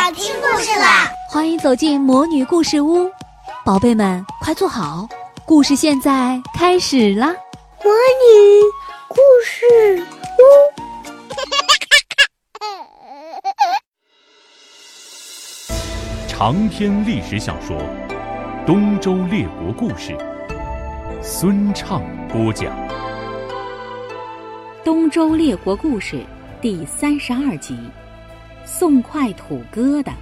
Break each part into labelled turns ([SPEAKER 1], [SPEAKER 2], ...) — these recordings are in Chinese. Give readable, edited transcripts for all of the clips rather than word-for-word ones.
[SPEAKER 1] 要听故事啦！
[SPEAKER 2] 欢迎走进魔女故事屋，宝贝们快坐好，故事现在开始啦！
[SPEAKER 3] 魔女故事屋。
[SPEAKER 4] 长篇历史小说《东周列国故事》，孙畅播讲。
[SPEAKER 5] 东周列国故事第32集，送块土疙瘩。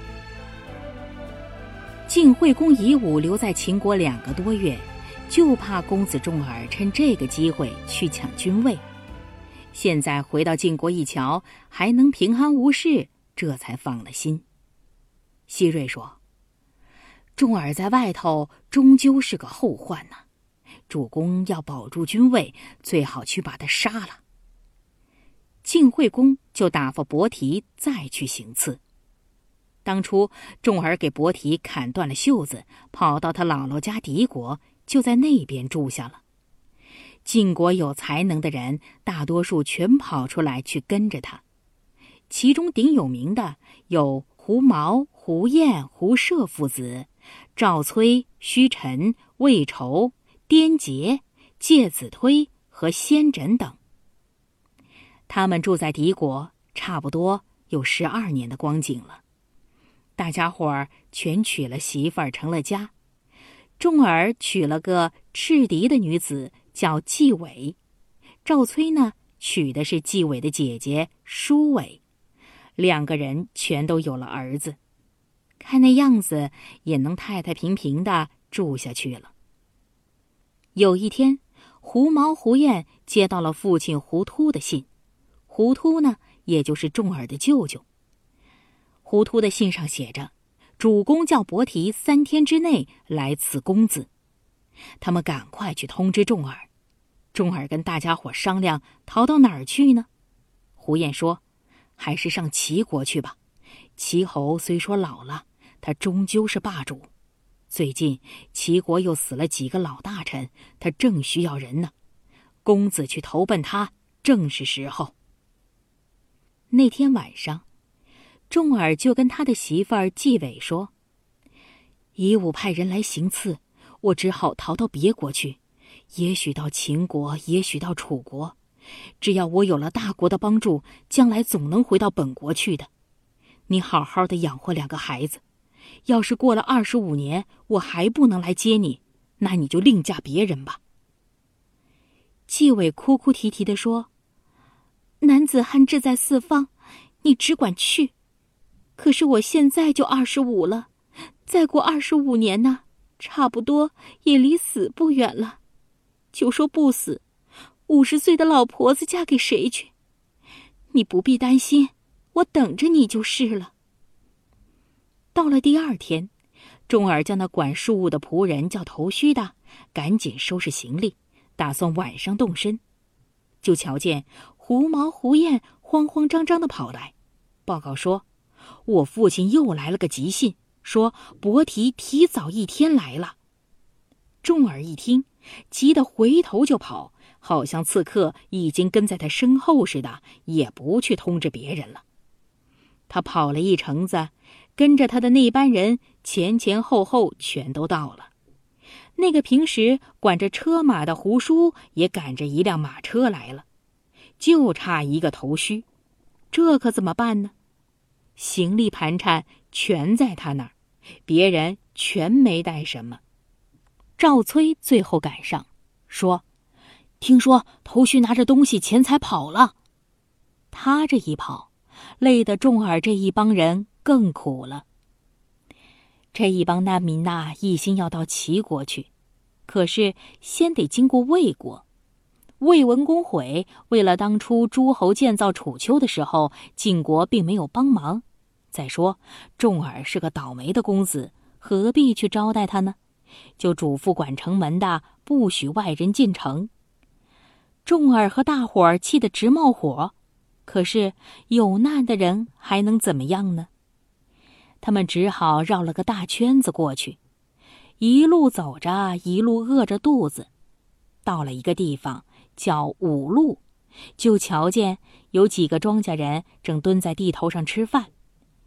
[SPEAKER 5] 晋惠公夷吾留在秦国2个多月，就怕公子重耳趁这个机会去抢君位。现在回到晋国一瞧，还能平安无事，这才放了心。希瑞说，重耳在外头终究是个后患呐，主公要保住君位，最好去把他杀了。晋惠公就打发伯提再去行刺。当初重耳给伯提砍断了袖子，跑到他姥姥家狄国，就在那边住下了。晋国有才能的人大多数全跑出来去跟着他，其中顶有名的有胡毛、胡彦、胡涉父子，赵崔、胥臣、魏仇、颠杰、介子推和先轸等。他们住在狄国，差不多有12年的光景了。大家伙儿全娶了媳妇儿，成了家。重耳娶了个赤狄的女子，叫纪伟。赵崔呢，娶的是纪伟的姐姐舒伟。2个人全都有了儿子，看那样子也能太太平平地住下去了。有一天，胡毛、胡彦接到了父亲胡突的信。胡突呢，也就是重耳的舅舅。胡突的信上写着，主公叫伯提3天之内来赐公子。他们赶快去通知重耳。重耳跟大家伙商量，逃到哪儿去呢？胡彦说，还是上齐国去吧。齐侯虽说老了，他终究是霸主。最近齐国又死了几个老大臣，他正需要人呢。公子去投奔他，正是时候。那天晚上，重耳就跟他的媳妇儿纪伟说，夷吾派人来行刺，我只好逃到别国去，也许到秦国，也许到楚国。只要我有了大国的帮助，将来总能回到本国去的。你好好的养活2个孩子，要是过了25年，我还不能来接你，那你就另嫁别人吧。纪伟哭哭啼啼地说，男子汉志在四方，你只管去。可是我现在就25了，再过25年呢，差不多也离死不远了。就说不死，50岁的老婆子嫁给谁去？你不必担心，我等着你就是了。到了第2天，重耳叫那管庶务的仆人叫头须的，赶紧收拾行李，打算晚上动身。就瞧见胡毛、胡彦慌慌张张地跑来，报告说，我父亲又来了个急信，说伯提提早1天来了。重耳一听，急得回头就跑，好像刺客已经跟在他身后似的，也不去通知别人了。他跑了一程子，跟着他的那班人前前后后全都到了。那个平时管着车马的胡叔也赶着一辆马车来了，就差一个头须。这可怎么办呢？行李盘缠全在他那儿，别人全没带什么。赵崔最后赶上，说，听说头须拿着东西钱财跑了。他这一跑，累得重耳这一帮人更苦了。这一帮难民呐，一心要到齐国去，可是先得经过魏国。魏文公悔，为了当初诸侯建造楚丘的时候，晋国并没有帮忙。再说重耳是个倒霉的公子，何必去招待他呢？就嘱咐管城门的不许外人进城。重耳和大伙儿气得直冒火，可是有难的人还能怎么样呢？他们只好绕了个大圈子过去，一路走着，一路饿着肚子。到了一个地方叫五路，就瞧见有几个庄稼人正蹲在地头上吃饭。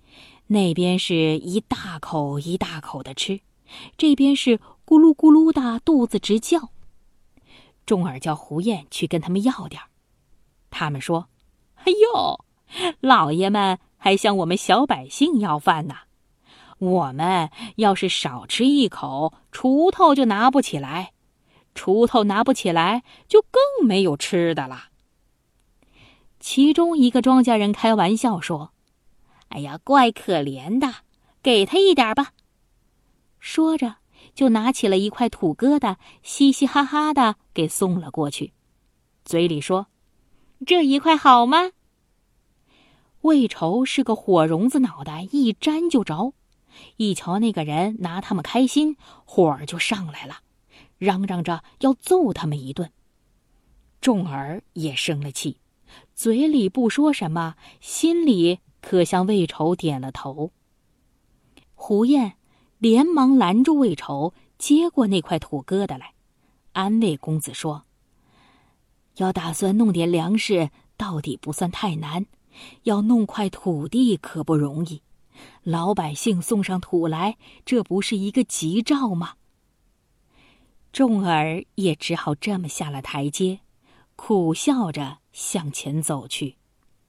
[SPEAKER 5] 那边是一大口一大口的吃，这边是咕噜咕噜的肚子直叫。重耳叫胡燕去跟他们要点儿。他们说：“哎呦，老爷们还向我们小百姓要饭呢。我们要是少吃一口，锄头就拿不起来，锄头拿不起来，就更没有吃的了。”其中一个庄稼人开玩笑说：“哎呀，怪可怜的，给他一点吧。”说着，就拿起了一块土疙瘩，嘻嘻哈哈的给送了过去，嘴里说：“这一块好吗？”魏愁是个火融子脑袋，一沾就着，一瞧那个人拿他们开心，火儿就上来了，嚷嚷着要揍他们一顿。重耳也生了气，嘴里不说什么，心里可向魏愁点了头。胡燕连忙拦住魏愁，接过那块土疙瘩来，安慰公子说：“要打算弄点粮食，到底不算太难，要弄块土地可不容易。老百姓送上土来，这不是一个吉兆吗？”重耳也只好这么下了台阶，苦笑着向前走去。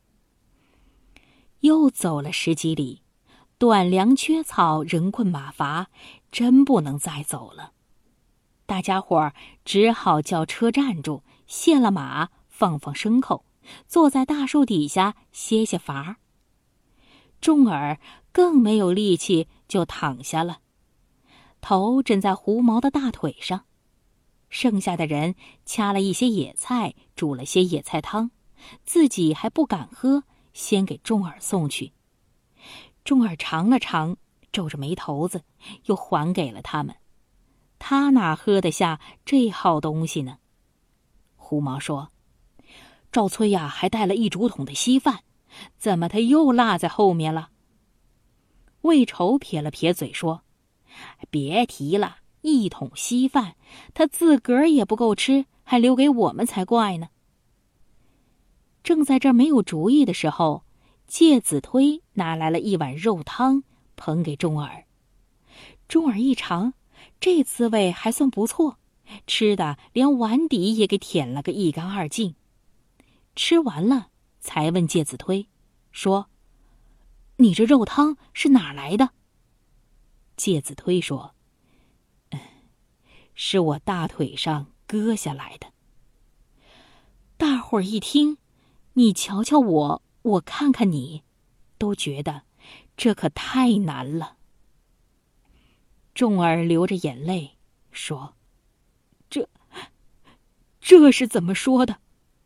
[SPEAKER 5] 又走了10几里，短粮缺草，人困马乏，真不能再走了。大家伙儿只好叫车站住，卸了马，放放牲口，坐在大树底下歇歇乏。重耳更没有力气，就躺下了，头枕在胡毛的大腿上。剩下的人掐了一些野菜，煮了些野菜汤，自己还不敢喝，先给重耳送去。重耳尝了尝，皱着眉头子，又还给了他们。他哪喝得下这好东西呢？胡毛说：“赵崔呀，还带了1竹筒的稀饭，怎么他又落在后面了？”魏愁撇了撇嘴说：“别提了，1桶稀饭，他自个儿也不够吃，还留给我们才怪呢。”正在这儿没有主意的时候，介子推拿来了1碗肉汤，捧给重耳。重耳一尝，这滋味还算不错，吃的连碗底也给舔了个一干二净。吃完了，才问介子推，说：“你这肉汤是哪儿来的？”介子推说：“是我大腿上割下来的。”大伙儿一听，你瞧瞧我，我看看你，都觉得这可太难了。重耳流着眼泪说：“这是怎么说的？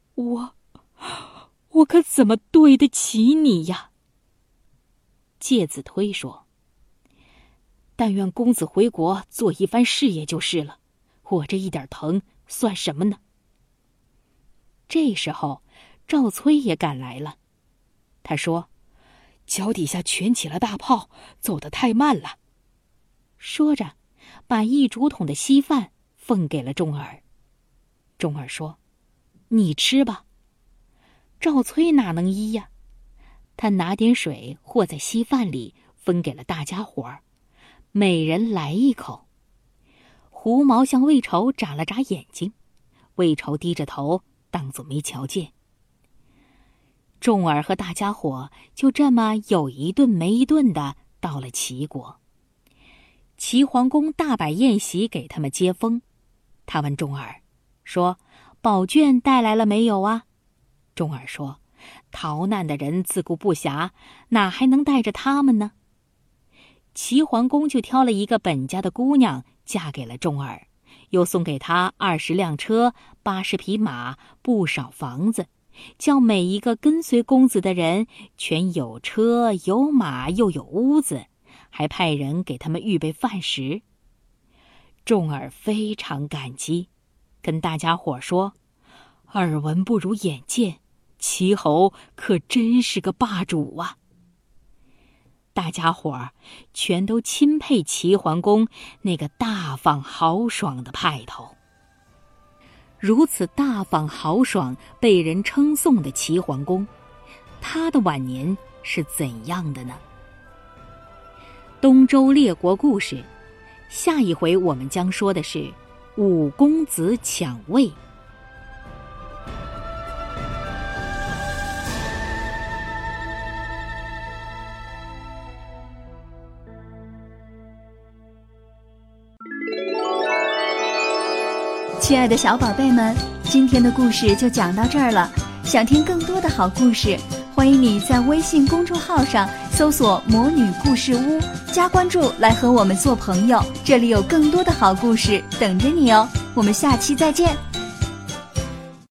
[SPEAKER 5] 我可怎么对得起你呀？”介子推说：“但愿公子回国做一番事业就是了，我这一点疼算什么呢？”这时候赵崔也赶来了，他说：“脚底下全起了大泡，走得太慢了。”说着，把1竹筒的稀饭奉给了重耳。重耳说：“你吃吧。”赵崔哪能依呀？他拿点水和在稀饭里，分给了大家伙儿，每人来1口。胡毛向魏愁眨了眨眼睛，魏愁低着头，当作没瞧见。重耳和大家伙就这么有一顿没一顿的到了齐国。齐桓公大摆宴席给他们接风。他问重耳说：“宝卷带来了没有啊？”重耳说：“逃难的人自顾不暇，哪还能带着他们呢？”齐桓公就挑了一个本家的姑娘嫁给了重耳，又送给他20辆车、80匹马、不少房子，叫每一个跟随公子的人全有车有马又有屋子，还派人给他们预备饭食。重耳非常感激，跟大家伙说：“耳闻不如眼见，齐侯可真是个霸主啊！”大家伙儿全都钦佩齐桓公那个大方豪爽的派头。如此大方豪爽、被人称颂的齐桓公，他的晚年是怎样的呢？ 东周列国故事。下一回我们将说的是五公子抢位。
[SPEAKER 2] 亲爱的小宝贝们，今天的故事就讲到这儿了。想听更多的好故事，欢迎你在微信公众号上搜索魔女故事屋，加关注来和我们做朋友，这里有更多的好故事等着你哦。我们下期再见。